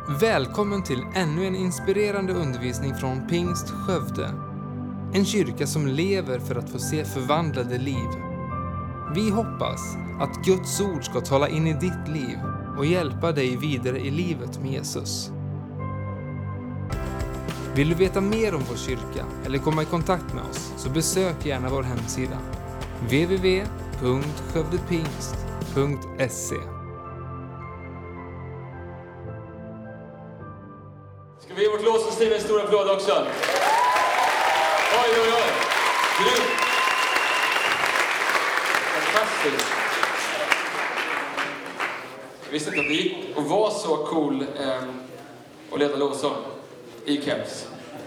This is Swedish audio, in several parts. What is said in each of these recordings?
Välkommen till ännu en inspirerande undervisning från Pingst Skövde. En kyrka som lever för att få se förvandlade liv. Vi hoppas att Guds ord ska tala in i ditt liv och hjälpa dig vidare i livet med Jesus. Vill du veta mer om vår kyrka eller komma i kontakt med oss så besök gärna vår hemsida www.skövdepingst.se. Ska vi ge vårt lovsångsteam en stor applåd också? Oj, oj, oj. Grymt. Fantastiskt. Jag visste inte att det gick att vara så cool och leda lovsång i keps.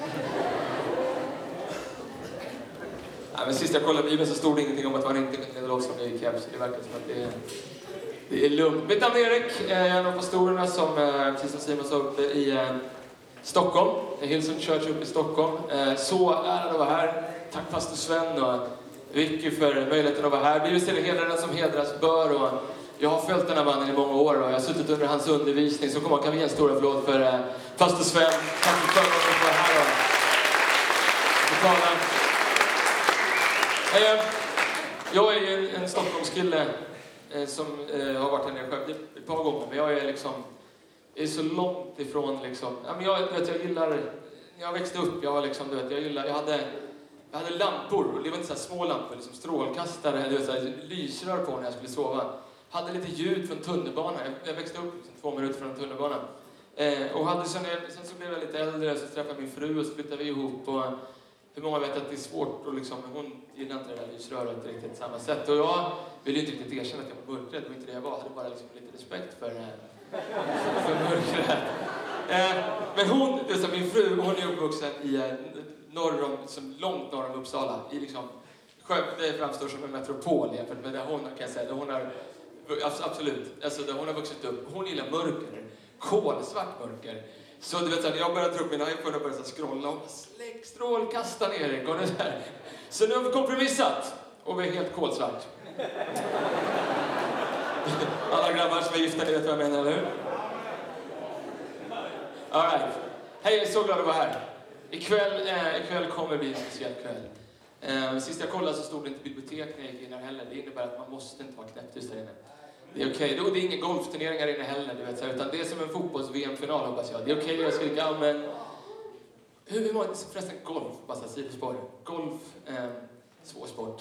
Men sist jag kollade Bibeln så stod det ingenting om att man inte kunde leda lovsång i keps. Det verkar som att det är lugnt. Mitt namn är Erik. Jag är en av pastorerna som precis som Simon sa uppe i Stockholm, Hillsong Church uppe i Stockholm. Så är att vara här. Tack pastor Sven och Vicky för möjligheten att vara här. Bibeln hedrar den som hedras bör. Och jag har följt den här mannen i många år och jag har suttit under hans undervisning. Så kan vi ge en stor applåd för pastor Sven. Tack för förmånen att vara här och jag är en Stockholmskille som har varit här nere själv ett par gånger. Men jag är så långt ifrån jag gillar när jag växte upp, jag hade lampor, och det var inte så här små lampor, strålkastare, lysrör på när jag skulle sova. Hade lite ljud från tunnelbanan. Jag växte upp 2 minuter från tunnelbanan. Och sen så blev jag lite äldre, så träffade jag min fru och så flyttade vi ihop. Och hur många vet att det är svårt och hon gillar inte det där lysröret riktigt samma sätt. Och jag ville inte riktigt erkänna att jag var mörkrädd, det var inte det jag var. Jag hade bara lite respekt för mörkret. Men hon, min fru, hon är uppvuxen i långt norr om Uppsala. Skövde framstår som en metropol jämfört med där hon kan jag säga. Hon har, absolut, där hon har vuxit upp. Hon gillar mörker, kolsvart mörker. Så du vet, när jag började dra upp min iPhone och började scrolla och släck strålkastaren Erik och det där. Så nu har vi kompromissat och vi är helt kolsvart. Alla grabbar som är gifta, ni vet vad jag menar, eller hur? All right. Hej, jag är så glad att vara här. Ikväll kommer bli en speciell kväll. Sist jag kollade så stod det inte bibliotek när jag gick in här heller. Det innebär att man måste inte vara knäpptyst där inne. Det är okej. Det är ingen golfturneringar inne heller, du vet, utan det är som en fotbolls-VM-final, hoppas jag. Det är okej att skrika, men hur var det förresten golf? Bara sidospår. Golf, svår sport.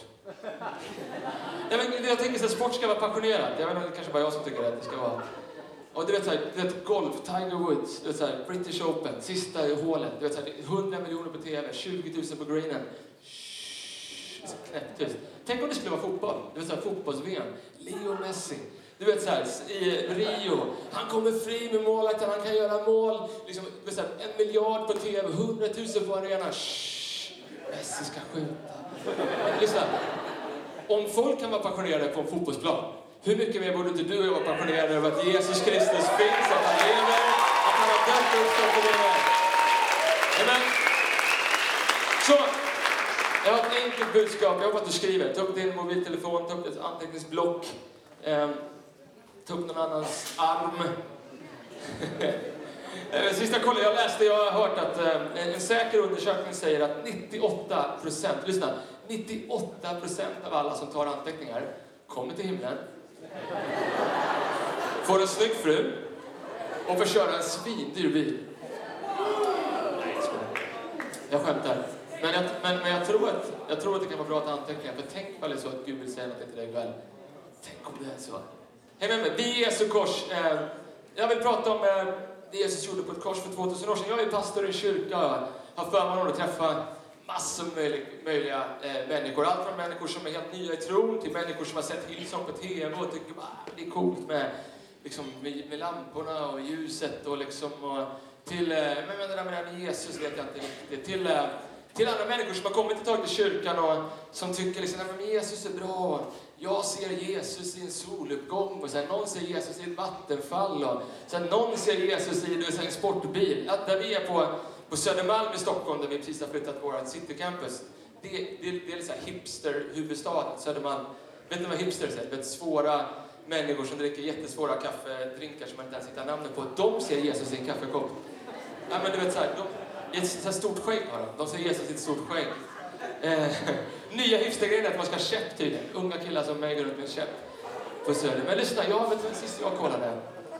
Jag tänker så att sport ska vara passionerat. Jag vet inte, det kanske bara jag som tycker att det ska vara. Och du vet golf, Tiger Woods, du vet British Open, sista hålet, du vet 100 miljoner på TV, 20 000 på greenen. Knäpptyst. Tänk om det skulle vara fotboll. Du vet fotbolls-VM. Leo Messi. Du vet i Rio, han kommer fri med målet, han kan göra mål. 1 miljard på TV, 100 000 på arena. Messi ska skjuta. Lyssna. Om folk kan vara passionerade på en fotbollsplan, hur mycket mer borde inte du och jag vara passionerade över att Jesus Kristus finns, att han lever, att han har dött och uppstått för det. Amen. Så, jag har ett enkelt budskap. Jag hoppas att du skriver. Ta upp din mobiltelefon, ta upp ett anteckningsblock. Ta upp någon annans arm. Sista kollen jag läste, jag har hört att en säker undersökning säger att 98% av alla som tar anteckningar kommer till himlen, får en snygg fru och får köra en svindyr bil. Nej, jag skämtar. Men jag tror att det kan vara bra att anteckningar. För tänk väl så att Gud vill säga något till dig ikväll. Tänk om det är så. Hej med mig, vi är Jesu kors. Jag vill prata om det Jesus gjorde på ett kors för 2000 år sedan. Jag är pastor i en kyrka och har förmånen att träffa massor möjliga människor. Allt från människor som är helt nya i tron till människor som har sett Hillsong på TV och tycker det är coolt med lamporna och ljuset och till det där med Jesus vet jag inte riktigt. Till andra människor som har kommit ett tag till kyrkan och som tycker att Jesus är bra. Jag ser Jesus i en soluppgång och sen någon ser Jesus i ett vattenfall och sen någon ser Jesus i en sportbil. Där vi är på Södermalm i Stockholm, där vi precis har flyttat vårt citycampus. Det är så här hipster-huvudstad, Södermalm. Vet ni vad hipsters är? Svåra människor som dricker jättesvåra kaffedrinkar som man inte ens hittar namnet på. De ser Jesus i en kaffekopp. Ja, men du vet så här, i ett så här stort skägg har de ser Jesus i ett stort skägg. Nya hipstergrejen är att man ska ha käpp tydligen. Unga killar som mig går runt med en käpp på Söder. Men lyssna, jag vet vad sist jag kollade.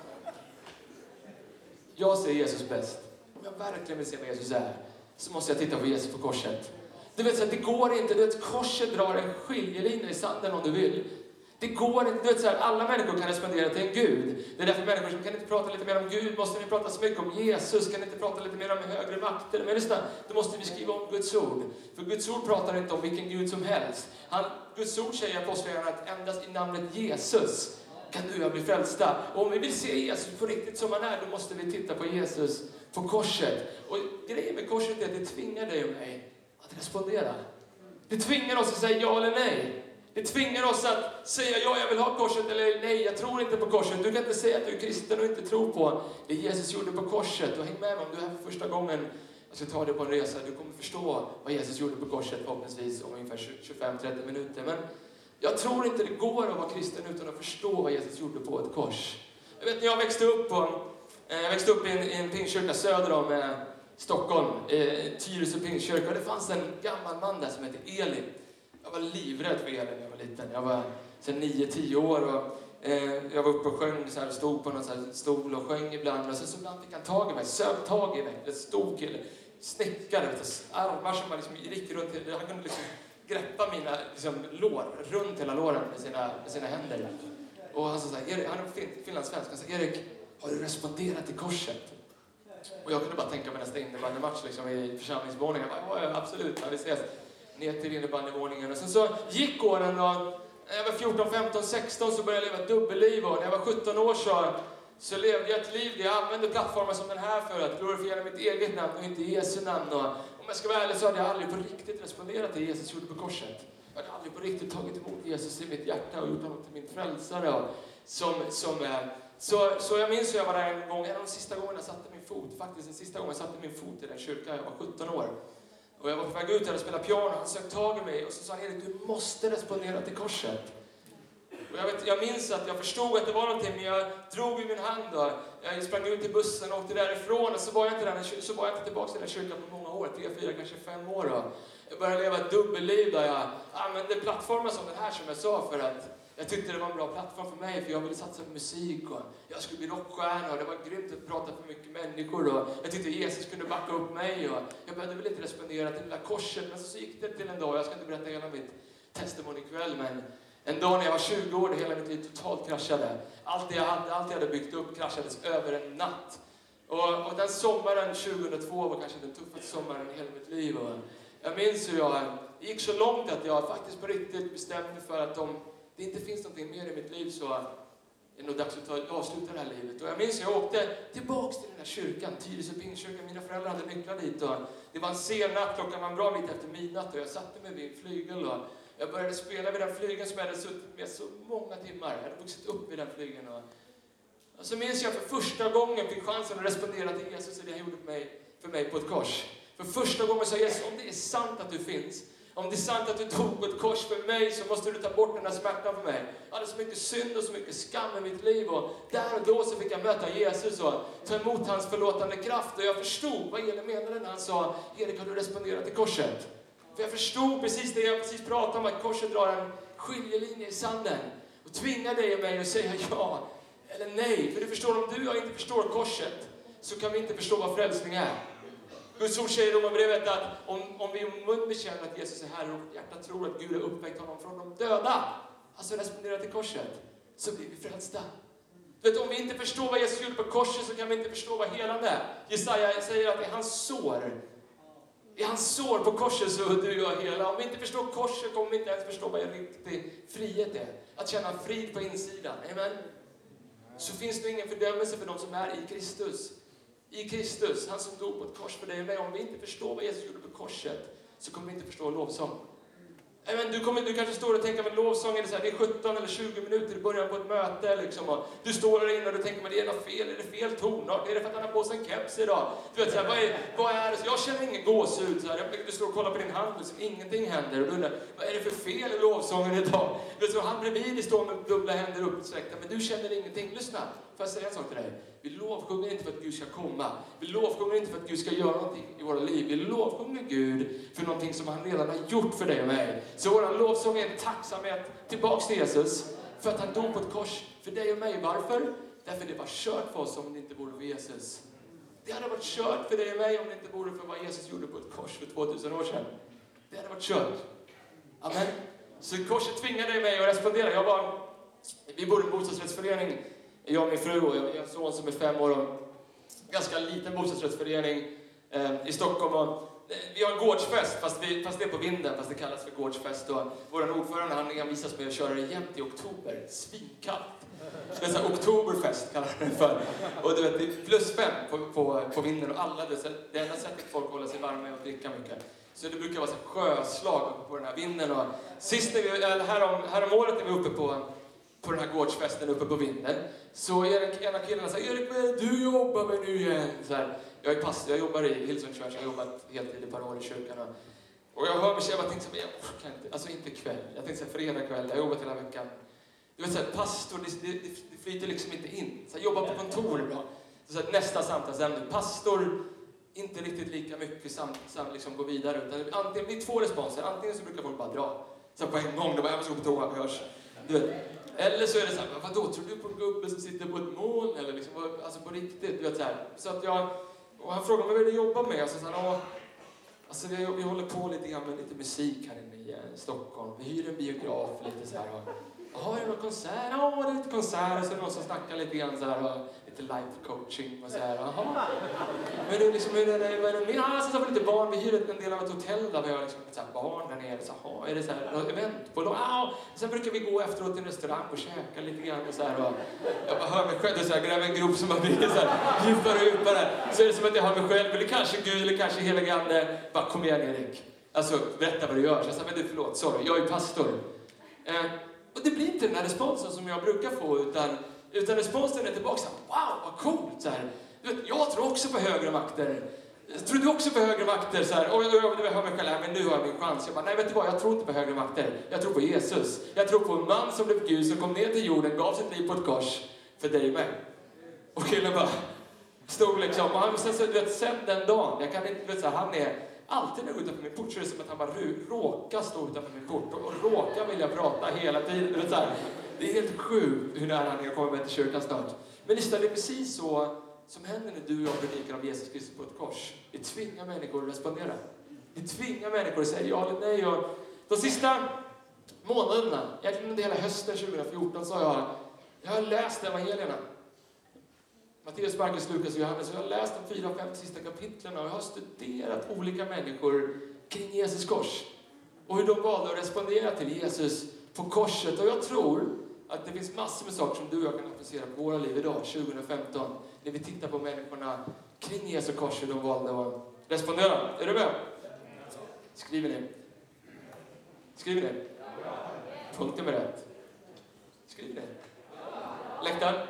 Jag ser Jesus bäst. Om jag verkligen vill se vad Jesus är, så måste jag titta på Jesus på korset. Du vet så att det går inte, du vet, korset drar en skiljelinje i sanden om du vill. Det går inte, du vet så här, alla människor kan respondera till en Gud. Det är därför människor som kan inte prata lite mer om Gud, måste ni prata så mycket om Jesus, kan inte prata lite mer om högre makter. Men lyssna, då måste vi skriva om Guds ord. För Guds ord pratar inte om vilken Gud som helst. Guds ord säger apostlagärningarna att endast i namnet Jesus kan du och jag bli frälsta. Och om vi vill se Jesus på riktigt som han är, då måste vi titta på Jesus på korset. Och grejen med korset är att det tvingar dig och mig att respondera. Det tvingar oss att säga ja eller nej. Det tvingar oss att säga ja, jag vill ha korset, eller nej, jag tror inte på korset. Du kan inte säga att du är kristen och inte tror på det Jesus gjorde på korset. Och häng med mig om du är här för första gången. Jag ska ta dig på en resa. Du kommer förstå vad Jesus gjorde på korset förhoppningsvis om ungefär 25-30 minuter. Men jag tror inte det går att vara kristen utan att förstå vad Jesus gjorde på ett kors. Jag vet när jag växte upp i en pingstkyrka söder om Stockholm, Tyresö pingstkyrka. Och det fanns en gammal man där som hette Elin. Jag var livrädd för Elin när jag var liten. Jag var 9-10 år och jag var uppe och sjöng, så här, stod på någon så här stol och sjöng ibland. Och så ibland fick han tag i mig, sög tag i mig. En stor kille, snickare, armar som man liksom gick runt. Han kunde liksom greppa mina liksom, lår, runt hela låren med sina händer. Och han sa så här, han är finlandssvensk, han sa, Erik, har du responderat till korset? Och jag kunde bara tänka på nästa innebandymatch liksom, i församlingsvåningen. Ja, absolut, vi ses. Ner till innebandyvåningen. Och sen så gick åren och när jag var 14, 15, 16 så började jag leva ett dubbelliv. Och när jag var 17 år så levde jag ett liv där jag använde plattformar som den här för att glorifiera mitt eget namn och inte Jesu namn. Och om jag ska vara ärlig så hade jag aldrig på riktigt responderat till Jesus gjorde på korset. Jag hade aldrig på riktigt tagit emot Jesus i mitt hjärta och gjort honom till min frälsare. Och så jag minns hur jag var där en gång, en av de sista gångerna jag satte min fot, faktiskt den sista gången jag satte min fot i den kyrkan, jag var 17 år. Och jag var på väg ut och spela piano, han sökte tag i mig och så sa han, Erik, du måste respondera till korset. Och jag minns att jag förstod att det var någonting, men jag drog i min hand och jag sprang ut i bussen och åkte därifrån och så var jag inte tillbaka till den kyrkan på många år, 3, 4, kanske 5 år. Och jag började leva ett dubbelliv där jag använde plattformar som den här som jag sa för att jag tyckte det var en bra plattform för mig, för jag ville satsa på musik och jag skulle bli rockstjärna och det var grymt att prata för mycket människor och jag tyckte Jesus kunde backa upp mig och jag behövde väl inte respondera till det där korset. Men så gick det till en dag, jag ska inte berätta hela mitt testimony ikväll, men en dag när jag var 20 år, hela mitt liv totalt kraschade. Allt jag hade byggt upp kraschades över en natt. Och den sommaren 2002 var kanske den tuffaste sommaren i hela mitt liv. Och jag minns hur jag gick så långt att jag faktiskt på riktigt bestämde för att om det inte finns någonting mer i mitt liv så är det nog dags att avsluta det här livet. Och jag minns att jag åkte tillbaks till den här kyrkan, Tyresö pingstkyrkan. Mina föräldrar hade nycklar dit och det var en sen natt, klockan var en bra bit efter midnatt och jag satte mig vid en flygel och jag började spela vid den flygeln som jag hade suttit med så många timmar. Jag hade vuxit upp vid den flygeln och så minns jag för första gången fick chansen att respondera till Jesus och det han gjorde för mig på ett kors. För första gången sa Jesus, om det är sant att du finns, om det är sant att du tog ett kors för mig så måste du ta bort den här smärtan för mig. Jag hade så mycket synd och så mycket skam i mitt liv och där och då så fick jag möta Jesus och ta emot hans förlåtande kraft. Och jag förstod vad Elin menade när han sa, Erik, har du responderat till korset? För jag förstod precis det jag precis pratade om, att korset drar en skiljelinje i sanden och tvingar dig och mig att säga ja eller nej. För du förstår, om du och jag inte förstår korset så kan vi inte förstå vad frälsning är. Guds ord säger i Romarbrevet att om vi i mun bekänner att Jesus är Herre och vårt hjärta tror att Gud har uppväckt honom från de döda, alltså responderar till korset, så blir vi frälsta. Du vet, om vi inte förstår vad Jesus gjorde på korset så kan vi inte förstå vad helande är. Jesaja säger att det är hans sår på korset så du och jag hela. Om vi inte förstår korset kommer vi inte ens förstå vad en riktig frihet är. Att känna frid på insidan. Amen. Så finns det ingen fördömelse för de som är i Kristus. I Kristus, han som dog på ett kors för dig och mig. Om vi inte förstår vad Jesus gjorde på korset så kommer vi inte förstå lovsång. Men du kanske står och tänker med lovsång, det är 17 eller 20 minuter i början på ett möte. Liksom, och du står där inne och du tänker, men det är något fel, är det fel tonart? Är det för att han har på sig en keps idag? Du vet, så här, vad är det? Så jag känner ingen gåshud. Så här. Du står och kollar på din hand, liksom, ingenting händer. Och du undrar, vad är det för fel i lovsången idag? Du vet, så han bredvid står med dubbla händer uppsträckta, men du känner ingenting. Lyssna, får jag säga en sak till dig? Vi lovsjunger inte för att Gud ska komma. Vi lovsjunger inte för att Gud ska göra någonting i våra liv. Vi lovsjunger Gud för någonting som han redan har gjort för dig och mig. Så vår lovsång är en tacksamhet tillbaks till Jesus för att han dog på ett kors för dig och mig. Varför? Därför det var kört för oss om det inte vore för Jesus. Det hade varit kört för dig och mig om det inte vore för vad Jesus gjorde på ett kors för 2000 år sedan. Det hade varit kört. Amen. Så korset tvingade mig att respondera. Vi bor i en bostadsrättsförening. Jag och min fru och jag har en son som är 5 år och ganska liten bostadsrättsförening i Stockholm. Och vi har en gårdsfest, fast det är på vinden, fast det kallas för gårdsfest. Och vår ordförande han envisas med att köra det jämt i oktober, svinkallt. Det är så här oktoberfest kallar det för. Och du vet, det är +5 på vinden och alla, det enda sättet folk håller sig varma är att dricka mycket. Så det brukar vara så sjöslag på den här vinden. Och sist härom året när vi var uppe på den här gårdsfesten uppe på vinden, så är en av killarna så här, Erik, vad är det du jobbar med nu igen? Så här, jag är pastor, jag jobbar i Hillsong Church, jag har jobbat heltid i ett par år i kyrkan. Och jag hör mig själv och tänkte så här, jag orkar inte, alltså inte kväll. Jag tänkte så här, fredag kväll, jag har jobbat hela veckan. Du vet så här, pastor, det flyter liksom inte in. Så här, jobba på kontor är bra. Så här, nästa samtalsämne, pastor, inte riktigt lika mycket liksom gå vidare. Utan antingen, det är 2 responser, antingen så brukar folk bara dra. Så här, på en gång, då bara, jag måste gå på toa, hörs. Du vet. Eller så är det så här, vadå, tror du på en gubbe som sitter på ett moln? Eller liksom, alltså på riktigt, du vet så här. Så att och han frågade mig vad du jobbar med. Så han, alltså vi håller på lite grann med lite musik här inne i Stockholm. Vi hyr en biograf lite så här. Är det någon konsert? Ja, det är lite konsert. Så är det någon som snackar lite grann så här. Lite life coaching och så här. Men det är liksom, hur är det? Ja, så har vi lite barn. Vi hyr en del av ett hotell där vi har liksom så här barn där nere. Så är det så här event på dem? Sen brukar vi gå efteråt till en restaurang och käka lite grann och så här. Och jag bara hör mig själv så här, gräver en grop som bara blir så här djupare och djupare. Så är det som att jag hör mig själv. Eller kanske Gud eller kanske helige Ande. Bara kom igen Erik. Alltså berätta vad du gör. Så jag sa, men du förlåt, sorry. Jag är pastor. Och det blir inte den här responsen som jag brukar få, utan responsen är tillbaka så här, wow, vad coolt! Så här. Jag tror också på högre makter. Tror du också på högre makter? Så här, och jag hör mig själv, men nu har jag min chans. Jag bara, nej vet du vad, jag tror inte på högre makter. Jag tror på Jesus. Jag tror på en man som blev Gud, som kom ner till jorden, gav sitt liv på ett kors för dig och mig. Och killen bara stod liksom, och han sen den dagen, jag kan inte, vet så här, han är alltid när jag går utanför min port så är det som att han bara råkar stå utanför min port och råkar vilja prata hela tiden. Så här, det är helt sjukt hur nära han är att komma med till kyrkan snart. Men istället är det precis så som händer när du och jag predikar om Jesus Kristus på ett kors. Vi tvingar människor att respondera. Vi tvingar människor att säga ja eller nej. Och de sista månaderna, egentligen under hela hösten 2014, så har jag läst evangelierna. Matteus, Markus, Lukas och Johannes. Jag har läst de 4-5 sista kapitlen och jag har studerat olika människor kring Jesus kors. Och hur de valde att respondera till Jesus på korset. Och jag tror att det finns massor med saker som du och jag kan applicera på våra liv idag, 2015. När vi tittar på människorna kring Jesus kors, hur de valde att respondera. Är du med? Skriver ni? Skriver ni? Punkt nummer 1. Skriver ni? Läktaren?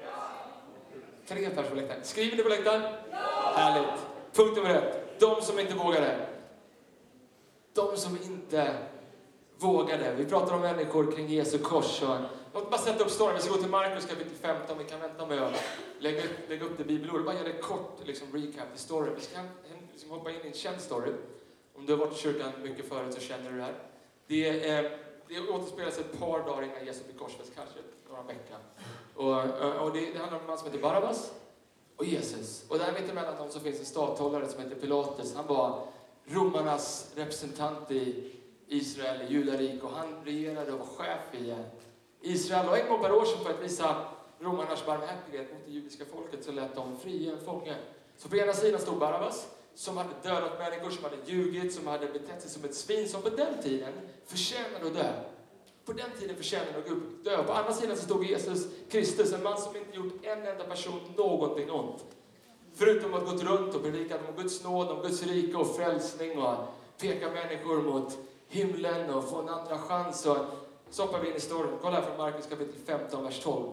3 personer på läktaren. Skriver ni på läktaren? Härligt. Punkt nummer 1. De som inte vågade. De som inte vågade. Vi pratar om människor kring Jesu kors. Låt mig bara sätta upp storyn. Vi ska gå till Markus kapitel 15. Vi kan vänta med att lägga upp det bibelordet. Bara göra en kort recap till storyn. Vi ska hoppa in i en känd story. Om du har varit i kyrkan mycket förut så känner du det här. Det återspelas ett par dagar innan Jesus blir korsfäst, kanske några veckor. Och det handlar om en man som heter Barabbas och Jesus. Och där mitt emellan dem så finns en statshållare som heter Pilatus. Han var romarnas representant i Israel, i Judarik, och han regerade och var chef i Israel. Och en gång per år, för att visa romarnas barmhärtighet mot det judiska folket, så lät de fria en fånge. Så på ena sidan stod Barabbas, som hade dödat människor, som hade ljugit, som hade betett sig som ett svin, som på den tiden förtjänade att dö. På den tiden förtjänade att dö. På andra sidan så stod Jesus Kristus, en man som inte gjort en enda person någonting ont. Förutom att gått runt och predikat om Guds nåd, om Guds rike och frälsning och peka människor mot himlen och få en andra chans. Och så hoppar vi in i storyn. Kolla här från Markus kapitel 15, vers 12.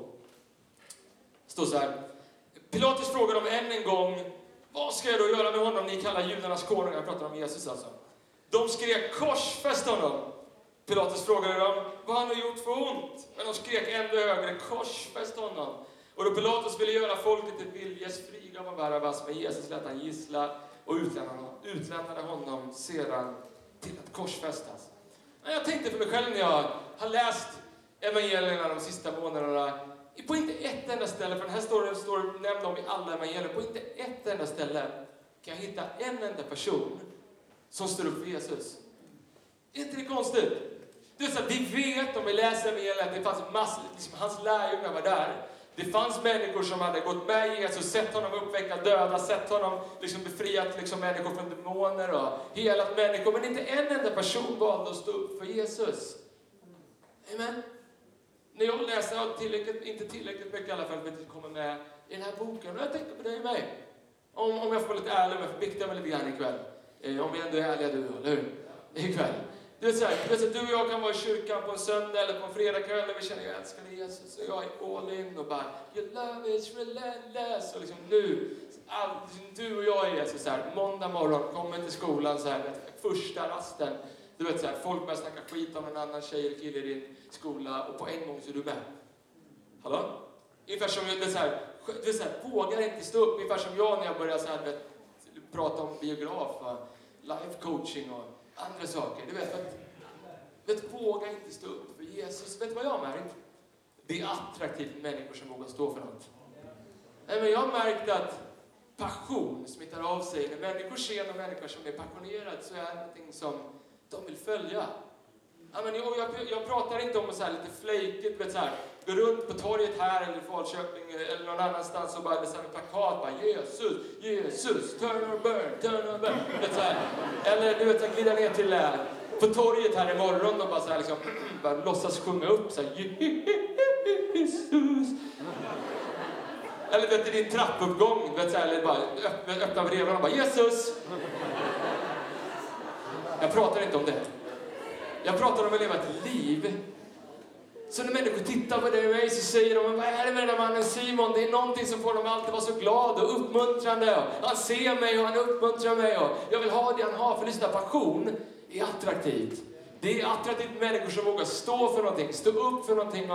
Det står så här. Pilatus frågar dem än en gång, vad ska jag då göra med honom? Ni kallar judarnas konung. Jag pratar om Jesus alltså. De skrek, korsfäst honom. Pilatus frågade dem, vad han har gjort för ont? Men de skrek ändå högre, korsfäst honom. Och då Pilatus ville göra folket till viljes, frigav han Barabbas, men Jesus lät han gissla och utlämnade honom sedan till att korsfästas. Men jag tänkte för mig själv när jag har läst evangelierna de sista månaderna, på inte ett enda ställe, för den här storyn står nämnd om i alla evangelier, på inte ett enda ställe kan jag hitta en enda person som står upp för Jesus. Är inte det konstigt? Det är så att vi vet, om vi läser evangeliet, att det fanns massor, liksom, hans lärjungar var där. Det fanns människor som hade gått med Jesus, sett honom uppväcka döda, sett honom liksom befriat liksom människor från demoner och helat människor. Men inte en enda person valde att stå upp för Jesus. Amen. När jag läser, inte tillräckligt mycket i alla fall, för att det kommer med i den här boken. Och jag tänker på dig och mig. Om jag får vara lite ärlig, men förpliktar mig lite grann ikväll. Om vi ändå är ärliga, du, eller hur? Ikväll. Du vet så här, du och jag kan vara i kyrkan på en söndag eller på en fredagkväll och vi känner, jag älskar Jesus och jag är all in och bara, your love is relentless. Och liksom nu, du och jag är Jesus så här, måndag morgon, kommer till skolan så här, första rasten. Du vet så här, folk börjar snacka skit om en annan tjej eller kille i din skola och på en gång så är du med. Hallå? Ungefär som det är så här, vågar inte stå upp. Ungefär som jag när jag börjar så här, prata om biograf, life coaching och andra saker. Du vet, våga inte stå upp för Jesus. Vet du vad jag har märkt? Det är attraktivt med människor som vågar stå för något. Nej, men jag har märkt att passion smittar av sig. När människor ser någon människa som är passionerad så är det någonting som de vill följa. Ja, men jag pratar inte om så här lite flejkigt, vet så här, gå runt på torget här eller i Falköping eller någon annanstans och bara med plakat, bara Jesus, Jesus, turn or burn, vet så här. Eller du vet, så glida ner till på torget här imorgon och bara så här liksom, bara låtsas sjunga upp så här, Jesus. Eller vet du, din trappuppgång, vet så här, eller bara öppna breven och bara Jesus. Jag pratar inte om det. Jag pratar om att leva ett liv. Så när människor tittar på dig och mig så säger de, vad är det med den där mannen Simon? Det är någonting som får dem alltid vara så glad och uppmuntrande. Och han ser mig och han uppmuntrar mig. Och jag vill ha det han har. För lyssna, passion är attraktivt. Det är attraktivt med människor som vågar stå för någonting. Stå upp för någonting.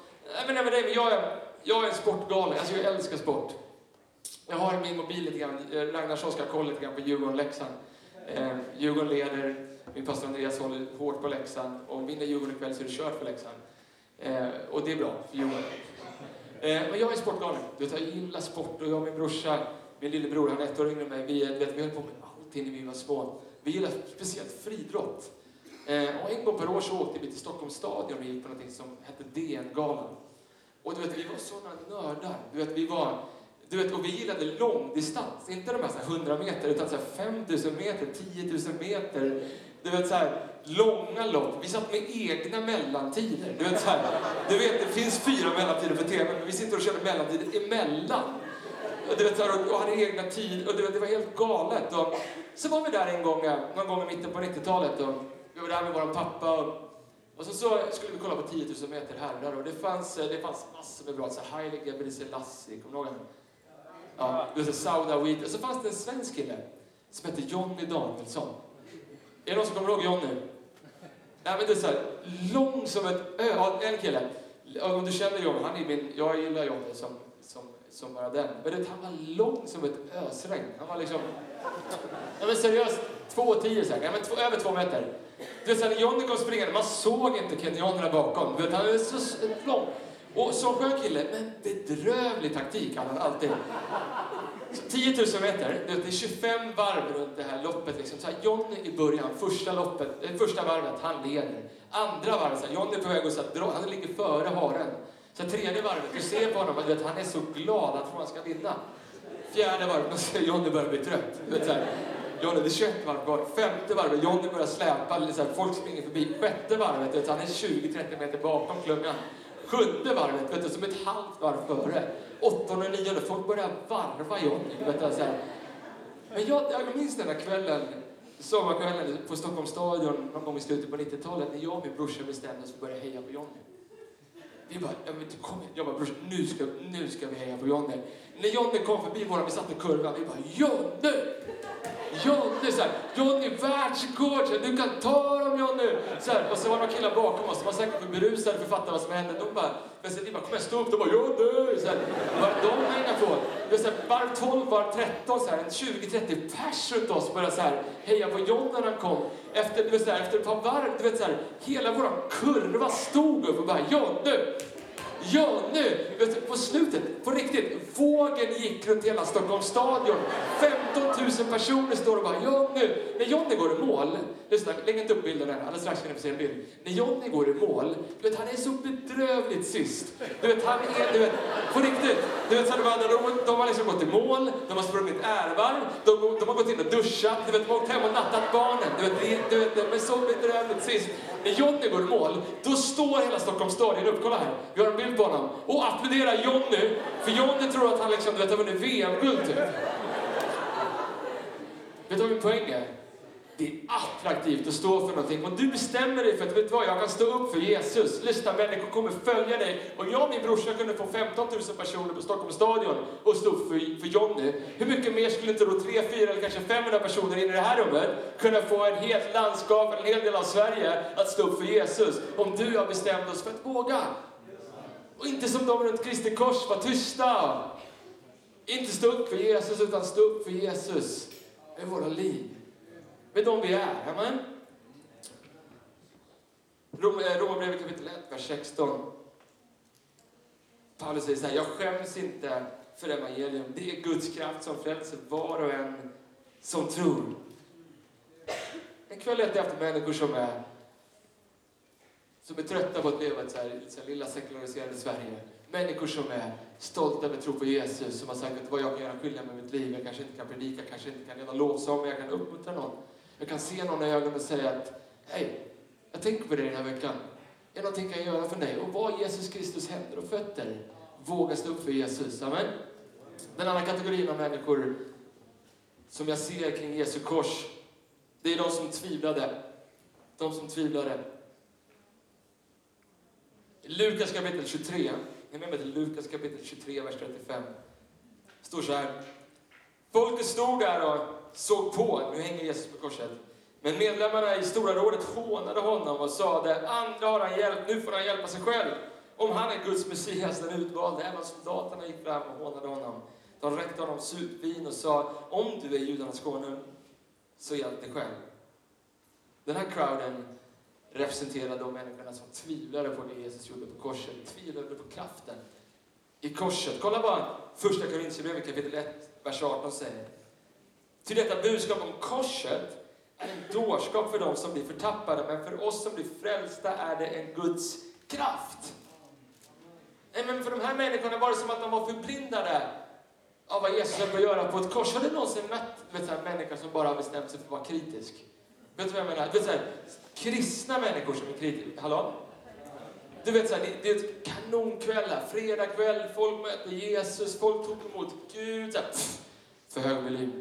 Jag är en sportgalen. Alltså jag älskar sport. Jag har min mobil lite grann. Ragnarssons ska kolla lite grann på Djurgården-Leksand. Djurgården leder. Min pastor Andreas håller hårt på Leksand. Och vinner Djurgården ikväll så är det kört för Leksand. Och det är bra för Djurgården. Men jag är sportgalen. Jag gillar sport. Och jag och min brorsa, min lillebror, han är 1 år yngre än mig. Vi höll på med allting när vi var små. Vi gillar speciellt friidrott. Och en gång per år så åkte vi till Stockholms stadion och gick på något som hette DN-galan. Och du vet, vi var sådana nördar. Du vet, och vi gillade långdistans. Inte de här 100 meter, utan 5000 meter, 10 000 meter. Du vet, så här, långa lopp. Vi satt med egna mellantider. Du vet, det finns 4 mellantider på tv, men vi sitter och körde mellantider emellan. Och, du vet, och hade egna tid. Och du vet, det var helt galet. Och så var vi där någon gång i mitten på 90-talet. Och vi var där med vår pappa. Och så skulle vi kolla på 10 000 meter herrar. Och det fanns massor med bra. Så Haile Gebrselassie, kommer du ihåg han? Ja, det var Sauda Wheat. Och så fanns det en svensk kille som hette Johnny Danielsson. Är det någon som kommer ihåg Johnny? Nej, men det är så här, lång som ett en kille. Om du känner Johnny, jag gillar Johnny som bara den. Men han var lång som ett ösregn. Han var liksom, ja men seriöst, 2,10 så här. Ja, men över 2 meter. Det är så här, när Johnny kom springande, man såg inte kenyanerna bakom. Du vet, han är så lång. Och så skön kille, men bedrövlig taktik hade han alltid. 10 000 meter, det är 25 varv runt det här loppet. Liksom. Så här, Johnny i början, första varvet, han leder. Andra varvet, så här, Johnny är på väg att dra, han ligger före haren. Så här, 3:e varvet, du ser på honom att han är så glad att han ska vinna. 4:e varvet, då ser Johnny börjar bli trött. Så här, Johnny, det är 21 varv kvar. 5:e varvet, Johnny börjar släpa, så här, folk springer förbi. 6:e varvet, han är 20-30 meter bakom klungan. 7:e varvet, vet du, som ett halvt varv före. 8:e och 9:e, folk börjar varva Johnny, vet du, så här. Men jag minns den här kvällen sommarkvällen på Stockholms stadion någon gång i slutet på 90-talet när jag och min brorsa bestämde oss för att börja heja på Johnny. Vi bara, kom igen. Jag bara, brorsa, nu ska vi heja på Johnny. När Johnny kom förbi vi satt i kurvan, vi bara, Johnny, så här, Johnny världsrekord, du kan ta dem Johnny. Så här, och så var det killar bakom oss, de var säkert för berusade för att fatta vad som hände. De bara, kom jag stå upp, de bara, Johnny. Så här, de hänger på. Så här, var 12, var 13, så här, 20-30 pers runt oss började så här, heja på Johnny när han kom. Efter ett par varv, så här, hela våran kurva stod upp och bara, Johnny, på slutet, på riktigt, vågen gick runt hela Stockholms stadion. 15 000 personer står och bara, Johnny. När Johnny går i mål, lyssna, lägg inte upp bilden här, alldeles strax kan ni få se en bild. När Johnny går i mål, han är så bedrövligt sist. Han är, på riktigt, de har liksom gått i mål, de har sprungit ärvarv, de har gått in och duschat, de har åkt hem och nattat barnen, de är så bedrövligt sist. När Johnny går i mål, då står hela Stockholms stadion upp, kolla här, vi har en bild på honom, och applåderar Johnny, för Johnny tror att han liksom, har vunnit VM-guld typ. Vet du vad min poäng är? Det är attraktivt att stå för någonting. Och du bestämmer dig för att, vet du vad, jag kan stå upp för Jesus. Lyssna, människor kommer följa dig. Och jag och min brorsa kunde få 15 000 personer på Stockholms stadion och stå upp för Johnny. Hur mycket mer skulle inte då 3, 4 eller kanske 500 personer in i det här rummet kunna få en helt landskap, en hel del av Sverige att stå upp för Jesus? Om du har bestämt oss för att våga. Och inte som de runt Kristi kors, var tysta. Inte stå upp för Jesus, utan stå upp för Jesus med våra liv. Med dem vi är, amen. Romarbrevet kapitel 1, vers 16. Paulus säger så här, jag skäms inte för evangelium. Det är Guds kraft som frälser var och en som tror. En kväll letar jag efter människor som är trötta på att leva i ett så här lilla sekulariserade Sverige. Människor som är stolta över tro på Jesus, som har sagt att vad jag kan göra skillnad med mitt liv. Jag kanske inte kan predika, kanske inte kan leda lovsång, men jag kan uppmuntra någon. Jag kan se någon i ögonen och säga att hej, jag tänker på dig den här veckan. Är någonting kan jag göra för dig? Och vad Jesus Kristus händer och fötter. Våga stå upp för Jesus, amen. Den andra kategorin av människor som jag ser kring Jesu kors, det är de som tvivlade. De som tvivlade. Lukas kapitel 23. Jag är med till Lukas kapitel 23, vers 35. Står så här. Folket stod där och såg på. Nu hänger Jesus på korset. Men medlemmarna i Stora rådet hånade honom och sade, andra har han hjälpt, nu får han hjälpa sig själv. Om han är Guds Messias, den utvalde. Även soldaterna gick fram och hånade honom. De räckte honom sutvin och sa, om du är judarnas konung, så hjälp dig själv. Den här crowden representerar de människorna som tvivlade på det Jesus gjorde på korset. Tvivlade på kraften i korset. Kolla vad första Korinthierbrevet kapitel 1, vers 18 säger. Till detta budskap om korset är en dårskap för dem som blir förtappade, men för oss som blir frälsta är det en Guds kraft. Men för de här människorna var det som att de var förblindade av vad Jesus höll på att göra på ett kors. Har du någonsin mött en människa som bara har bestämt sig för att vara kritisk? Vet du vad jag menar? Du vet, så här, kristna människor som är kritiska. Hallå? Du vet, så här, det är ett kanonkväll, fredag kväll, folk möter Jesus, folk tog emot Gud. Så här, för hög volym.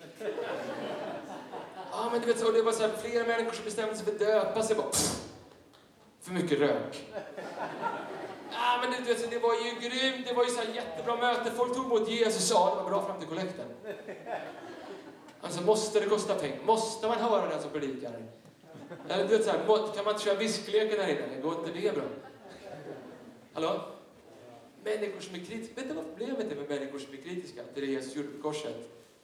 Ja, men du vet, så, det var så här, flera människor som bestämde sig för att döpa sig. Bara, för mycket rök. Ja, men du vet, så, det var ju grymt, det var ju så här jättebra möte. Folk tog emot Jesus och sa, det var bra fram till kollekten. Alltså, måste det kosta pengar? Måste man höra den som predikar? Eller du vet så här, kan man inte köra viskleken här inne? Det går inte det bra. Hallå? Människor som är kritiska. Vet du vad problemet är med människor som är kritiska till det Jesus gjorde på korset?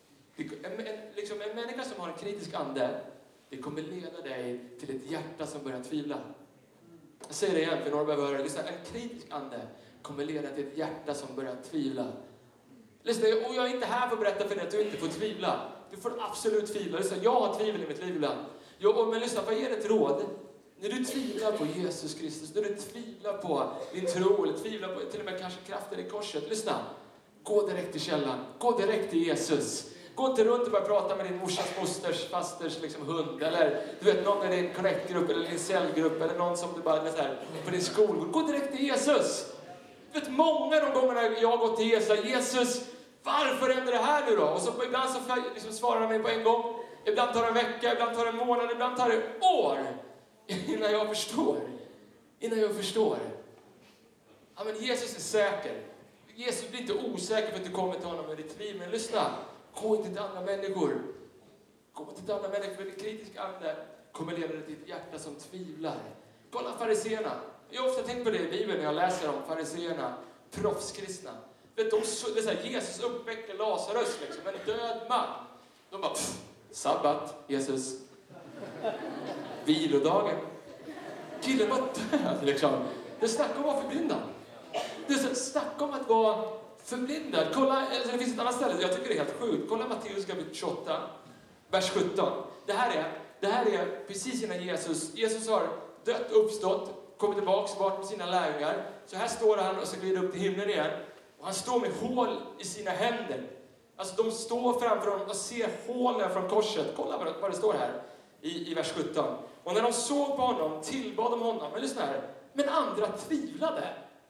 En människa som har en kritisk ande, det kommer leda dig till ett hjärta som börjar tvivla. Jag säger det igen för några behöver höra. En kritisk ande kommer leda till ett hjärta som börjar tvivla. Lyssna, och jag är inte här för att berätta för dig att du inte får tvivla. Du får absolut tvivla. Lyssna, jag har tvivel i mitt liv ibland. Men lyssna, vad ger ett råd? När du tvivlar på Jesus Kristus, när du tvivlar på din tro, eller tvivlar på till och med kanske kraften i korset. Lyssna, gå direkt till källan. Gå direkt till Jesus. Gå inte runt och börja prata med din morsas, mosters, fasters liksom hund. Eller du vet, någon i din connect-grupp eller din cellgrupp. Eller någon som du bara, vet, här, på din skolgård. Gå direkt till Jesus. Du vet, många de gångerna jag har gått till Jesus. Jesus, varför händer det här nu då? Och så ibland så liksom svarar han mig på en gång. Ibland tar det en vecka, ibland tar det en månad, ibland tar det år innan jag förstår. Ja, men Jesus är säker. Jesus blir inte osäker för att du kommer till honom med ditt liv. Men lyssna, gå inte till andra människor. Gå inte till andra människor, för det kritiska ande kommer leda dig till ett hjärta som tvivlar. Kolla fariséerna. Jag har ofta tänkt på det i Bibeln när jag läser om fariséerna, proffskristna. Vet, det är så här, Jesus uppväckte Lazarus, liksom, en död man. De bara, sabbat, Jesus. Vilodagen. Killen var död, liksom. Det snackar om att vara förblindad. Det är snackar om att vara förblindad. Kolla, alltså det finns ett annat ställe, jag tycker det är helt sjukt. Kolla Matteus kapitel 28, vers 17. Det här är precis innan Jesus har dött, uppstått, kommit tillbaka, varit med sina lärjungar. Så här står han och så glider upp till himlen igen. Och han står med hål i sina händer. Alltså de står framför honom och ser hålen från korset. Kolla vad det står här i vers 17. Och när de såg på honom tillbad de honom. Men lyssna här. Men andra tvivlade.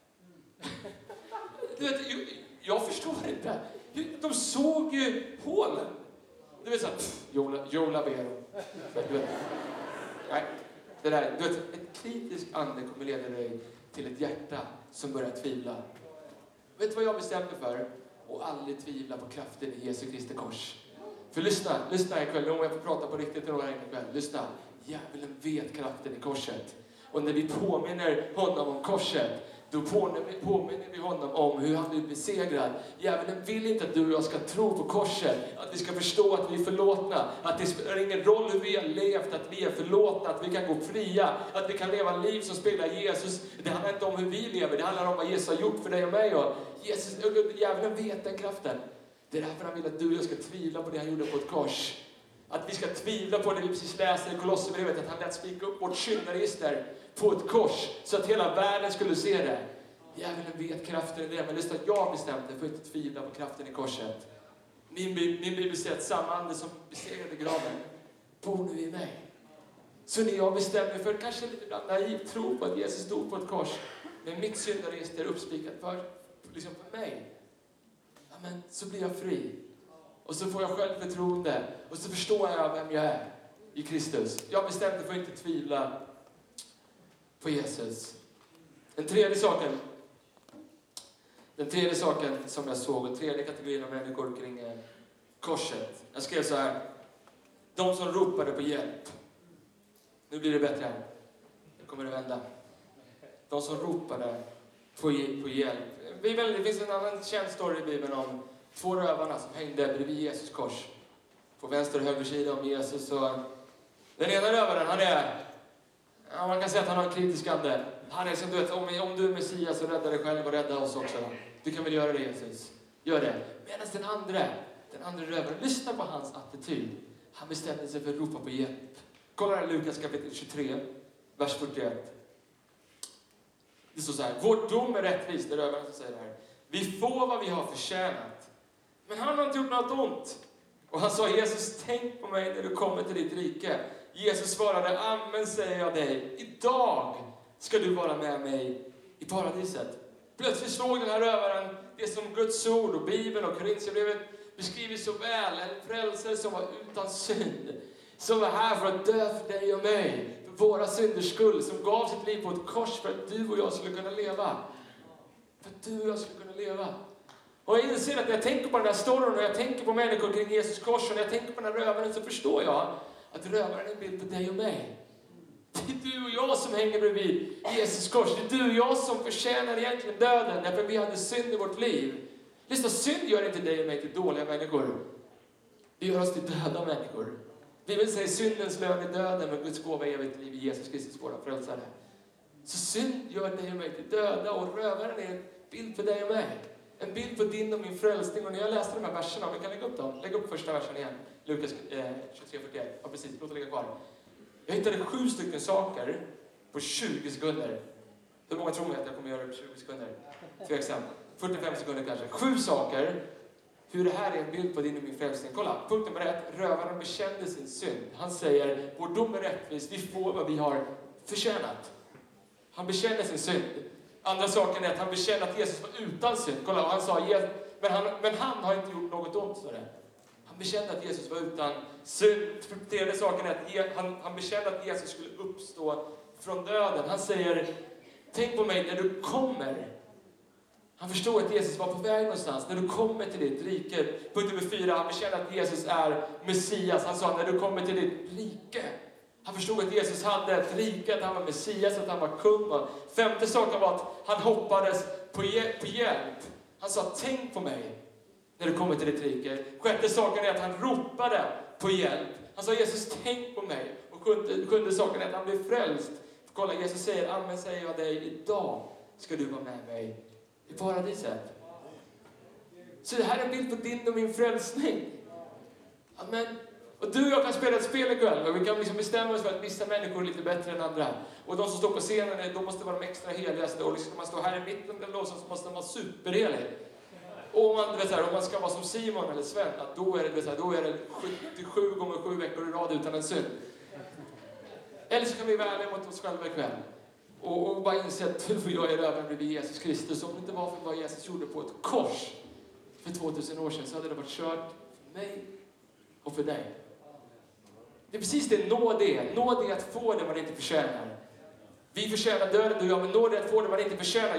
Du vet, jag förstår inte. De såg ju hålen. Du vet såhär, Jola ber. Nej, det där, du vet, ett kritiskt ande kommer leda dig till ett hjärta som börjar tvivla. Vet du vad jag bestämde för? Och aldrig tvivla på kraften i Jesu Kristi kors. För lyssna ikväll, om jag får prata på riktigt till några ikväll. Lyssna, djävulen vet kraften i korset. Och när vi påminner honom om korset, då påminner vi honom om hur han blir besegrad. Djävulen vill inte att du och jag ska tro på korset. Att vi ska förstå att vi är förlåtna. Att det spelar ingen roll hur vi har levt. Att vi är förlåtna. Att vi kan gå fria. Att vi kan leva liv som speglar Jesus. Det handlar inte om hur vi lever. Det handlar om vad Jesus har gjort för dig och mig. Och djävulen vet den kraften. Det är därför han vill att du och jag ska tvivla på det han gjorde på ett kors. Att vi ska tvivla på det vi precis läste i Kolosserbrevet. Att han lät spika upp vårt syndaregister på ett kors. Så att hela världen skulle se det. Djävulen vet kraften i det. Men lyssna, jag bestämde för att inte tvivla på kraften i korset. Min bibel säger att samma ande som besegrade graven bor nu i mig. Så när jag bestämde för kanske lite ibland naivt tro på att Jesus dog på ett kors. Men mitt syndaregister är uppspikat för mig. Ja, men så blir jag fri. Och så får jag självförtroende. Och så förstår jag vem jag är i Kristus. Jag bestämde för att inte tvivla på Jesus. Den tredje saken som jag såg, den tredje kategorin av människor kring korset. Jag skrev så här. De som ropade på hjälp. Nu blir det bättre här. Nu kommer det vända. De som ropade på hjälp. Det finns en annan känd story i Bibeln om 2 rövarna som hängde bredvid Jesus kors. På vänster och höger sida om Jesus. Och den ena rövaren, man kan säga att han har en kritisk ande. Han är som du vet, om du är Messias så rädda dig själv och rädda oss också. Du kan väl göra det, Jesus. Gör det. Medan den andra rövaren, lyssna på hans attityd. Han bestämde sig för att ropa på hjälp. Kolla här Lukas kapitel 23, vers 41. Det står så här. Vår dom är rättvis, det är rövaren som säger det här. Vi får vad vi har förtjänat. Men han har inte gjort något ont. Och han sa, Jesus, tänk på mig när du kommer till ditt rike. Jesus svarade, amen säger jag dig. Idag ska du vara med mig i paradiset. Plötsligt slog den här rövaren det som Guds ord och Bibeln och Korinthierbrevet beskriver så väl. En frälsare som var utan synd. Som var här för att dö för dig och mig. För våra synders skull. Som gav sitt liv på ett kors för att du och jag skulle kunna leva. För att du och jag skulle kunna leva. Och jag inser att när jag tänker på den här storyn och jag tänker på människor kring Jesus kors och när jag tänker på den här rövaren så förstår jag att rövaren är en bild på dig och mig. Det är du och jag som hänger bredvid Jesus kors. Det är du och jag som förtjänar egentligen döden därför vi hade synd i vårt liv. Lyssna, synd gör inte dig och mig till dåliga människor. Det gör oss till döda människor. Bibeln säger syndens lön är döden men Guds gåva är evigt liv i Jesus Kristus våra frälsare. Så synd gör dig och mig till döda och rövaren är en bild för dig och mig. En bild på din och min frälsning. Och när jag läste de här verserna, vi kan lägga upp dem. Lägg upp första versen igen. Lukas 23:41. Ja, precis. Låt det ligga kvar. Jag hittade 7 stycken saker på 20 sekunder. Hur många tror ni att jag kommer göra det på 20 sekunder? Tveksam. 45 sekunder kanske. 7 saker. Hur det här är en bild på din och min frälsning. Kolla, punkt nummer 1. Rövaren bekände sin synd. Han säger, vår dom är rättvis. Vi får vad vi har förtjänat. Han bekände sin synd. Andra saken är att han bekände att Jesus var utan synd. Kolla, han sa, men han har inte gjort något ont, så det. Han bekände att Jesus var utan synd. Tredje saken är att han bekände att Jesus skulle uppstå från döden. Han säger, tänk på mig när du kommer. Han förstod att Jesus var på väg någonstans. När du kommer till ditt rike. Punkt nummer 4. Han bekände att Jesus är Messias. Han sa, när du kommer till ditt rike. Han förstod att Jesus hade ett rike, att han var Messias, att han var kung. Femte saken var att han hoppades på hjälp. Han sa, tänk på mig när du kommer till ditt rike. Sjätte saken är att han ropade på hjälp. Han sa, Jesus, tänk på mig. Och sjunde saken är att han blev frälst. För kolla, Jesus säger, amen säger jag dig, idag ska du vara med mig i paradiset. Så det här är en bild på din och min frälsning. Amen. Och du och jag kan spela ett spel ikväll. Och vi kan liksom bestämma oss för att vissa människor är lite bättre än andra. Och de som står på scenen, de måste vara de extra heligaste. Och liksom, man står här i mitten av låsen så måste man vara superhelig. Och om man ska vara som Simon eller Sven, att då är det 77 gånger 7 veckor i rad utan en synd. Eller så kan vi vara ärliga mot oss själva ikväll. Och bara inse att du och jag är rövande bredvid Jesus Kristus. Om det inte var för vad Jesus gjorde på ett kors för 2000 år sedan, så hade det varit kört för mig och för dig. Det är precis det nåd är. Nåd är att få det man inte förtjänar. Vi förtjänar döden, du och jag, men nåd är att få det man inte förtjänar.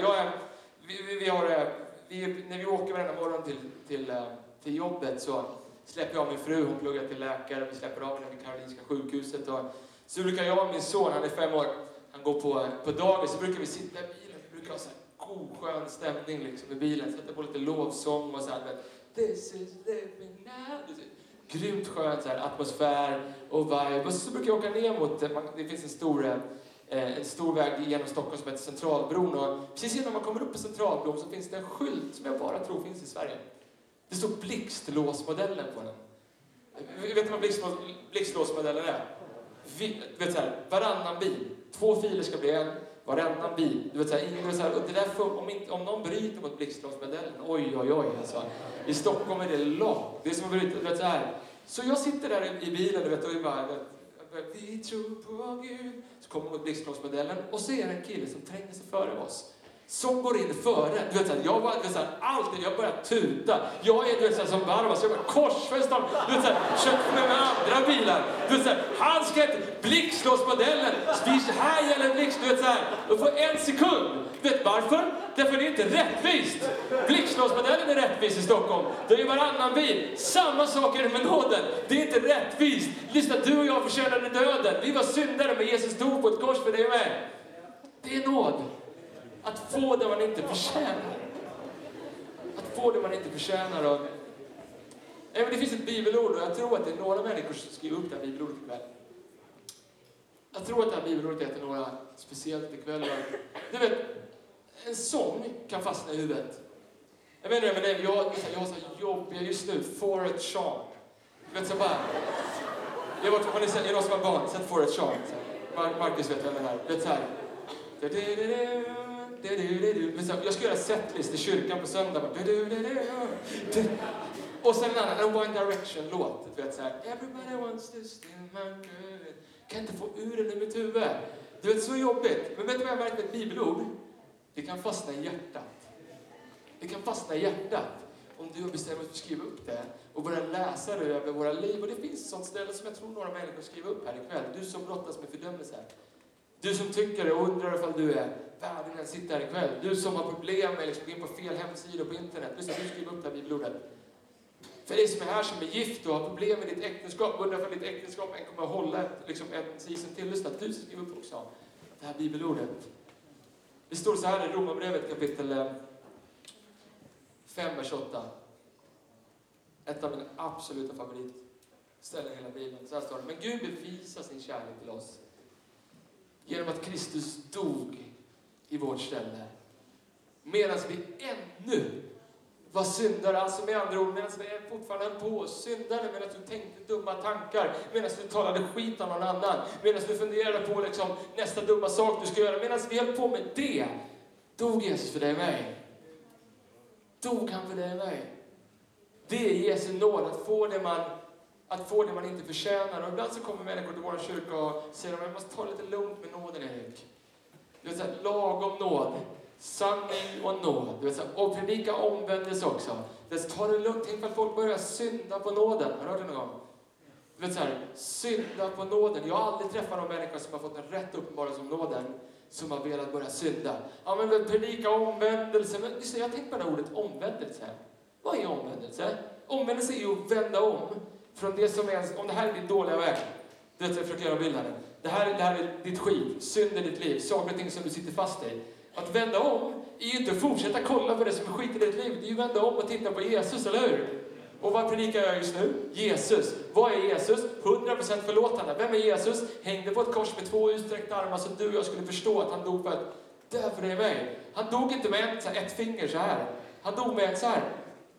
När vi åker varenda morgon till jobbet så släpper jag min fru, hon pluggar till läkare. Vi släpper av henne vid Karolinska sjukhuset. Så brukar jag och min son, han är 5 år, han går på dagis, så brukar vi sitta i bilen. Vi brukar ha så här god, skön stämning liksom i bilen. Sätta på lite lovsång och så här. This is living now. Grymt skönt så här, atmosfär och vibe. Och så brukar jag åka ner mot, det finns en stor väg genom Stockholm som heter Centralbron. Och precis innan man kommer upp på Centralbron så finns det en skylt som jag bara tror finns i Sverige. Det står blixtlåsmodellen på den. Vet du vad blixtlåsmodellen är? Vet så här, varannan bil. 2 filer ska bli en. Varannan bil. Du vet så här, och det där om någon bryter mot blixtlåsmodellen. Oj alltså. I Stockholm är det lag. Det är som att bryta, du vet så här. Så jag sitter där i bilen, du vet, och bara, vi tror på Gud. Så kommer mot blixtlåsmodellen och så är det en kille som tränger sig före oss. Som går in före. Du vet så här, jag börjar tuta. Jag är, du vet så här, som Barbas. Jag bara korsfäst dem. Du vet så här, köpt med andra bilar. Du vet så här, han ska inte blixtlåsmodellen. Här gäller blixt. Du vet så här, och får 1 sekund. Du vet varför? Därför det är inte rättvist. Blixtlåsmodellen är rättvis i Stockholm. Det är varannan bil. Samma sak är det med nåden. Det är inte rättvist. Lyssna, du och jag förtjänade döden. Vi var syndare, men Jesus dog på ett kors för dig och mig. Det är nåd. Att få det man inte förtjänar. Att få det man inte förtjänar. Men det finns ett bibelord och jag tror att det är några människor som skriver upp det här bibelordet ikväll. Jag tror att det här bibelordet heter några speciellt ikväll. Du vet, en sång kan fastna i huvudet. Jag menar det med det, jag har så jobbiga just nu, For a Chant. Du vet så bara, har ni sett, är det som har barn, sett For a Chant? Marcus vet vem det här, det är så här. Jag ska göra setlist i kyrkan på söndag. Och sen en annan One Direction-låt. Everybody wants to steal my girl. Kan inte få ur den i mitt huvud. Du vet, så jobbigt. Men vet du vad jag märkt med ett bibelord? Det kan fastna i hjärtat. Det kan fastna i hjärtat. Om du bestämmer dig för att skriva upp det. Och börja läsa det över våra liv. Och det finns ett sånt ställe som jag tror några människor skriver upp här ikväll. Du som brottas med fördömelse. Du som tycker det och undrar ifall du är värdig när sitter här ikväll. Du som har problem med att gå in på fel hemsidor på internet. Du skriver upp det här bibelordet. För dig som är här som är gift och har problem med ditt äktenskap. Undrar för ditt äktenskap kommer att hålla en season till. Lyssna, du ska skriva upp också det här bibelordet. Det står så här i Romarbrevet kapitel 5, vers 8. Ett av mina absoluta favoritställen i hela Bibeln. Så här står det. Men Gud bevisar sin kärlek till oss. Genom att Kristus dog i vårt ställe. Medan vi ännu var syndare. Alltså med andra ord, medan vi fortfarande på syndare. Medan du tänkte dumma tankar. Medan du talade skit om någon annan. Medan du funderade på nästa dumma sak du ska göra. Medan vi höll på med det. Dog Jesus för dig och mig. Dog han för dig och mig. Det är Jesu nåd att få det man inte förtjänar. Och ibland så kommer människor till vår kyrka och säger att man måste ta lite lugnt med nåden, Erik. Det är så här, lagom nåd. sanning och nåd. Du vet, så här, och predika omvändelse också. Ta det lugnt. Tänk att folk börjar synda på nåden. Har du hört det någon gång? Du vet så här, synda på nåden. Jag har aldrig träffat någon människa som har fått en rätt uppenbarelse om nåden som har velat börja synda. Ja, men predika omvändelse. Men jag tänkte på det ordet omvändelse. Vad är omvändelse? Omvändelse är ju att vända om från det som är, om det här är din dåliga väg. Du vet, jag försöker göra bild här. Det här är ditt skit, synd i ditt liv, saker och ting som du sitter fast i. Att vända om är ju inte att fortsätta kolla på det som är skit i ditt liv. Det är ju att vända om och titta på Jesus, eller hur? Och vad predikar jag just nu? Jesus. Vad är Jesus? 100% förlåtande. Vem är Jesus? Hängde på ett kors med 2 utsträckta armar så du och jag skulle förstå att han dog för att dö för dig och mig. Han dog inte med ett finger så här. Han dog med ett så här.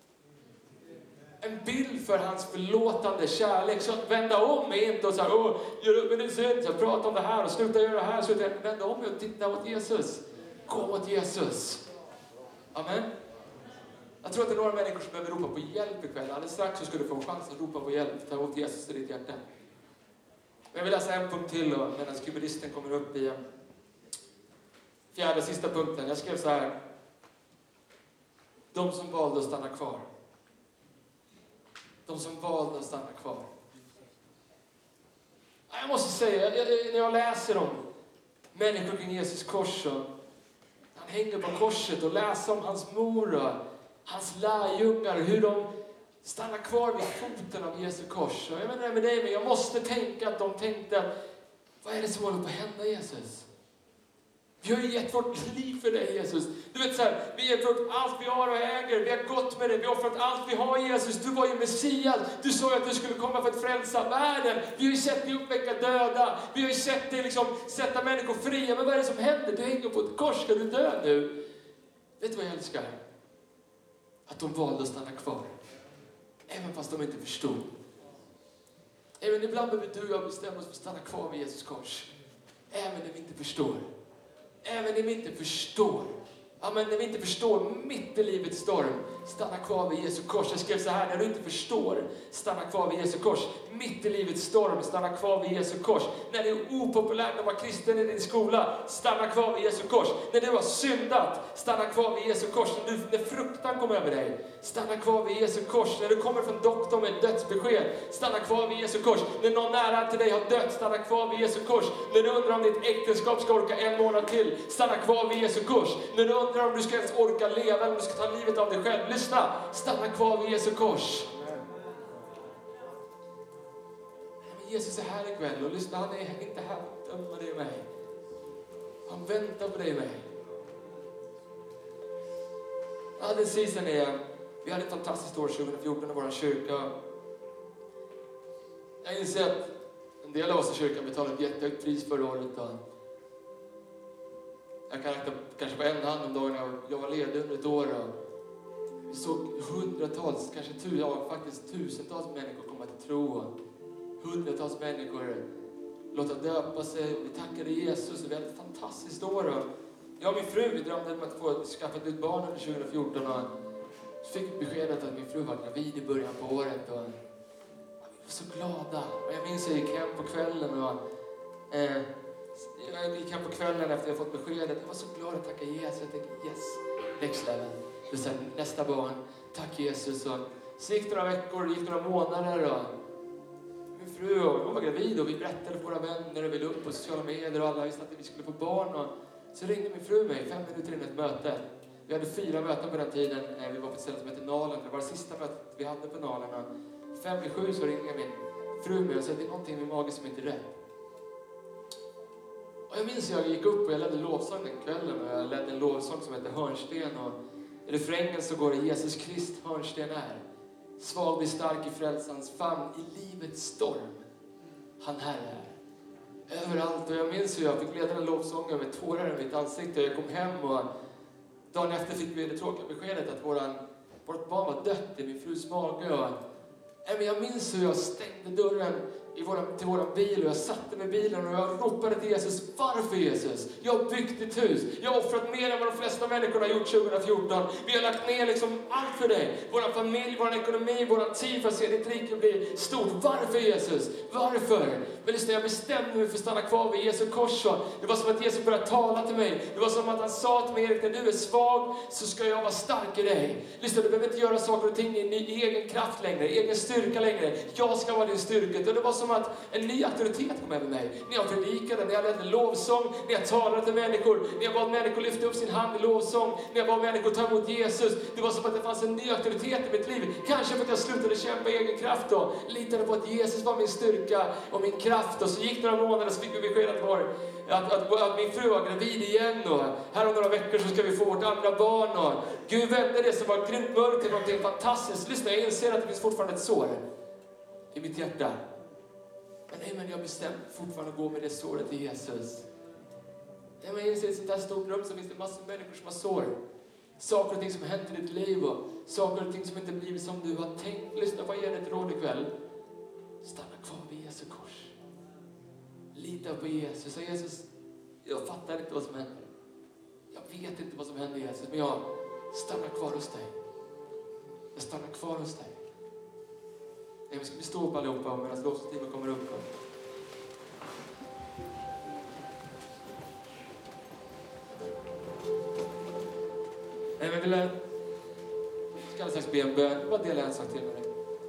En bild för hans förlåtande kärlek. Så att vända om är inte och så här, gör upp med din synd, så prata om det här och sluta göra det här. Så vända om och titta åt Jesus. Gå åt Jesus. Amen. Jag tror att det är några människor som behöver ropa på hjälp ikväll. Alldeles strax så ska du få en chans att ropa på hjälp. Ta åt Jesus i ditt hjärta. Men jag vill läsa en punkt till då, medan kubulisten kommer upp i 4:e och sista punkten. Jag skrev så här. De som valde att stanna kvar. De som valde att stanna kvar. Jag måste säga, när jag läser om människor kring Jesus kors och han hänger på korset och läser om hans mor och hans lärjungar, hur de stannar kvar vid foten av Jesu kors. Och jag menar det med dig, men jag måste tänka att de tänkte, vad är det som håller på att hända, Jesus? Vi har ju gett vårt liv för dig, Jesus. Du vet så här, vi har gett vårt allt vi har och äger. Vi har gått med dig, vi har offrat allt vi har, Jesus. Du var ju Messias. Du sa ju att du skulle komma för att frälsa världen. Vi har ju sett dig uppväcka döda. Vi har ju sett dig liksom sätta människor fria. Men vad är det som händer? Du hänger på ett kors, ska du dö nu? Vet du vad jag älskar? Att de valde att stanna kvar. Även fast de inte förstod. Även ibland behöver du och jag bestämma oss för att stanna kvar vid Jesus kors. Även när vi inte förstår. Även när vi inte förstår. Ja, men när vi inte förstår mitt i livets storm. Stanna kvar vid Jesu kors. Jag skrev så här, när du inte förstår. Stanna kvar vid Jesu kors. Mitt i livets storm. Stanna kvar vid Jesu kors. När det är opopulärt att vara kristen i din skola. Stanna kvar vid Jesu kors. När du har syndat. Stanna kvar vid Jesu kors. När fruktan kommer över dig. Stanna kvar vid Jesu kors. När du kommer från doktorn med ett dödsbesked. Stanna kvar vid Jesu kors. När någon nära till dig har dött. Stanna kvar vid Jesu kors. När du undrar om ditt äktenskap ska orka 1 månad till. Stanna kvar vid Jesu kors. När du undrar om du ska ens orka leva eller om du ska ta livet av dig själv. Lyssna. Stanna kvar vid Jesu kors. Jesus är här ikväll och lyssna, han är inte här för att döma dig och mig. Han väntar på dig och mig. Ja, den season är, vi hade ett fantastiskt år 2014 i vår kyrka. Jag inser att en del av oss i kyrkan betalade ett jättehögt pris förra året. Jag kan räkna kanske på en hand om dagen jag var ledig under ett år. Vi såg hundratals, kanske faktiskt tusentals människor komma till tro. Hundratals människor låta döpa sig. Vi tackade Jesus. Vi hade ett fantastiskt år. Jag och min fru, vi drömde om att få skaffa ett barn under 2014. Och fick beskedet att min fru var gravid i början på året. Och vi var så glada. Och jag minns att jag gick hem på kvällen. Och, jag gick hem på kvällen efter jag fått beskedet. Jag var så glad att tacka Jesus. Jag tänkte, yes, next level. Det är nästa barn. Tack Jesus. Och så gick det några veckor, det gick några månader. Och min fru var gravid och vi berättade för våra vänner och vi la upp på sociala medier och alla visste att vi skulle få barn. Och så ringde min fru mig 5 minuter innan ett möte. Vi hade 4 möten på den tiden. Vi var på ett ställe som heter Nalen. Det var det sista mötet vi hade på Nalen. 5:07 så ringde min fru mig och sa att det är någonting i min mage som inte är rätt. Och jag minns att jag gick upp och jag ledde lovsång den kvällen. Och jag ledde en lovsång som heter Hörnsten. Och i refrängen så går det Jesus Krist, hörnsten är. Svag blir stark i frälsans famn, i livets storm. Han här är. Överallt. Och jag minns hur jag fick leda den lovsången med tårar i mitt ansikte. Jag kom hem och dagen efter fick vi det tråkiga beskedet att vårt barn var dött i min frus mage. Men jag minns hur jag stängde dörren till våran bil och jag satte mig i bilen och jag ropade till Jesus. Varför Jesus? Jag har byggt ditt hus. Jag har offrat mer än vad de flesta människor har gjort 2014. Vi har lagt ner liksom allt för dig. Våran familj, våran ekonomi, våran tid för att se ditt rike bli stort. Varför Jesus? Varför? Men lyssna, jag bestämde mig för att stanna kvar vid Jesu kors. Det var som att Jesus började tala till mig. Det var som att han sa till mig, Erik, när du är svag så ska jag vara stark i dig. Lyssna, du behöver inte göra saker och ting i egen kraft längre, egen styrka längre. Jag ska vara din styrka. Och det var som att en ny auktoritet kom över mig. När jag predikade, när jag ledde lovsång, när jag talade till människor, när jag bad människor lyfta upp sin hand i lovsång, när jag bad människor ta emot Jesus. Det var som att det fanns en ny auktoritet i mitt liv. Kanske för att jag slutade kämpa i egen kraft då. Litade på att Jesus var min styrka och min kraft. Och så gick några månader så fick vi besked att min fru var gravid igen. Och här om några veckor så ska vi få vårt andra barn. Och Gud vände det som var grymt mörkt till någonting fantastiskt. Lyssna, jag inser att det finns fortfarande ett sår i mitt hjärta. Men jag bestämt fortfarande gå med det såret till Jesus. Nej, men i ett sånt här stort rum så finns det massor av människor som har sår. Saker och ting som hänt i ditt liv och saker och ting som inte blivit som du har tänkt. Lyssna, vad ger det ett råd ikväll? Stanna kvar vid Jesu kors. Lita på Jesus. Och Jesus, jag fattar inte vad som händer. Jag vet inte vad som händer Jesus, men jag stannar kvar hos dig. Jag stannar kvar hos dig. Vi ska stå upp allihopa medan lovsångsteamet kommer upp. Men jag ska alldeles strax be en bön. Jag bara dela en sak till med dig.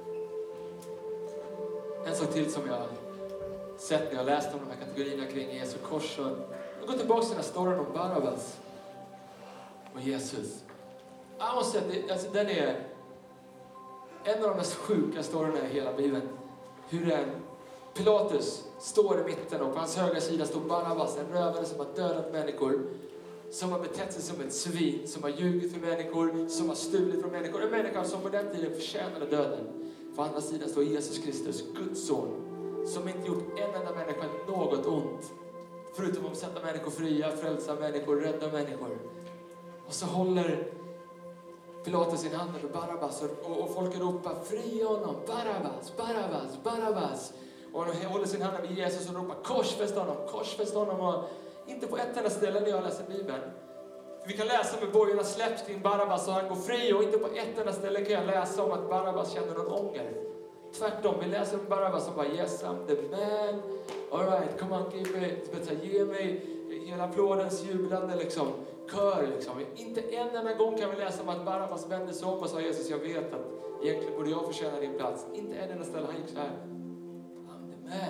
En sak till som jag har sett när jag läst om de här kategorierna kring Jesu kors. Jag går tillbaka till den här storyn om Barabbas och Jesus. Jag måste säga att den är en av de mest sjuka storyna i hela Bibeln. Hur en Pilatus står i mitten och på hans högra sida står Barabbas, en rövare som har dödat människor. Som har betett sig som ett svin, som har ljugit för människor, som har stulit från människor. En människa som på den tiden förtjänade döden. På andra sidan står Jesus Kristus, Guds son, som inte gjort en enda människa något ont. Förutom att sätta människor fria, frälsa människor, rädda människor. Och så håller Pilatus sin hand över Barabbas och folk ropar, fri honom, Barabbas, Barabbas, Barabbas. Och de håller sin hand över Jesus och ropar, korsfäst honom, korsfäst honom. Och inte på ett enda ställe när jag läser Bibeln. För vi kan läsa om hur bojorna släpps kring Barabbas och han går fri. Och inte på ett enda ställe kan jag läsa om att Barabbas känner någon ånger. Tvärtom, vi läser om Barabbas som bara, yes, I'm the man. All right, come on, ge mig hela applådens jublande liksom, kör. Liksom. Inte en enda gång kan vi läsa om att Barabbas vände sig om och sa, Jesus, jag vet att egentligen borde jag förtjäna din plats. Inte en enda ställe han gick så här, I'm the man.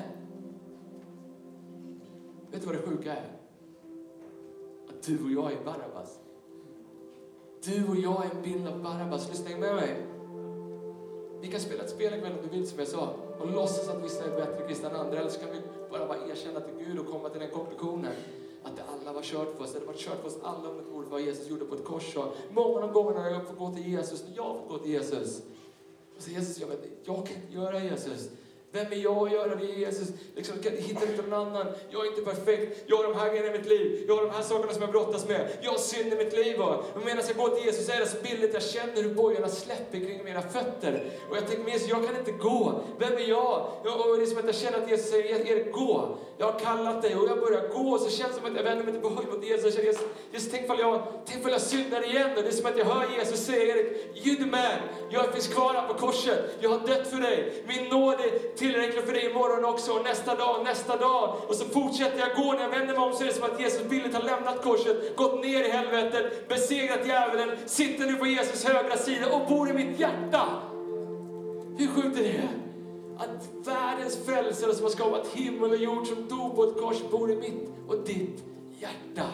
Vet du vad det sjuka är? Att du och jag är Barabbas. Du och jag är en bild av Barabbas. Lyssna med mig. Vi kan spela ett spel ikväll om du vill, som jag sa. Och låtsas att vissa är bättre kristna än andra. Eller så kan vi bara erkänna till Gud och komma till den konklusionen. Att det alla var kört för oss. Det var kört för oss alla om ett ord vad Jesus gjorde på ett kors. Och många gånger när jag får gå till Jesus. När jag får gå till Jesus. Och så Jesus, jag kan inte göra Jesus. Vem är jag att göra det, Jesus? Liksom, jag hittar inte någon annan. Jag är inte perfekt. Jag har de här grejerna i mitt liv. Jag har de här sakerna som jag brottas med. Jag har synd i mitt liv. Men medan jag går till Jesus så är det så billigt. Jag känner hur bojorna släpper kring mina fötter. Och jag tänker, Jesus, jag kan inte gå. Vem är jag? Och det är som att jag känner att Jesus säger, Erik, gå. Jag har kallat dig och jag börjar gå. Och så känns det som att jag vänder mig tillbaka mot Jesus. Jesus, tänk ifall jag syndar igen. Och det är som att jag hör Jesus säga, Erik, you the man. Jag finns kvar här på korset. Jag har dött för dig. Min nåd är tillräckligt för dig imorgon också. Och nästa dag. Och så fortsätter jag gå. När jag vänder mig om så är det som att Jesus billigt har lämnat korset. Gått ner i helvetet. Besegrat djävulen. Sitter nu på Jesus högra sida. Och bor i mitt hjärta. Hur sjukt är det? Att världens frälsare som har skapat himmel och jord, som dog på ett kors, bor i mitt och ditt hjärta.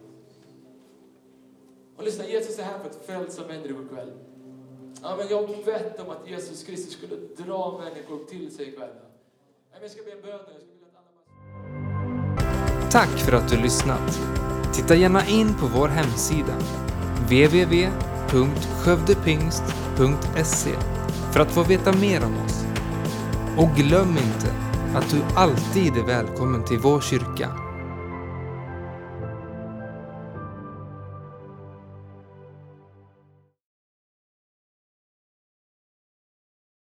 Och lyssna, Jesus är här för att frälsa människor ikväll. Ja, men jag vet om att Jesus Kristus skulle dra människor till sig ikväll. Jag ska be en bön. Tack för att du lyssnat. Titta gärna in på vår hemsida www.skövdepingst.se för att få veta mer om oss. Och glöm inte att du alltid är välkommen till vår kyrka.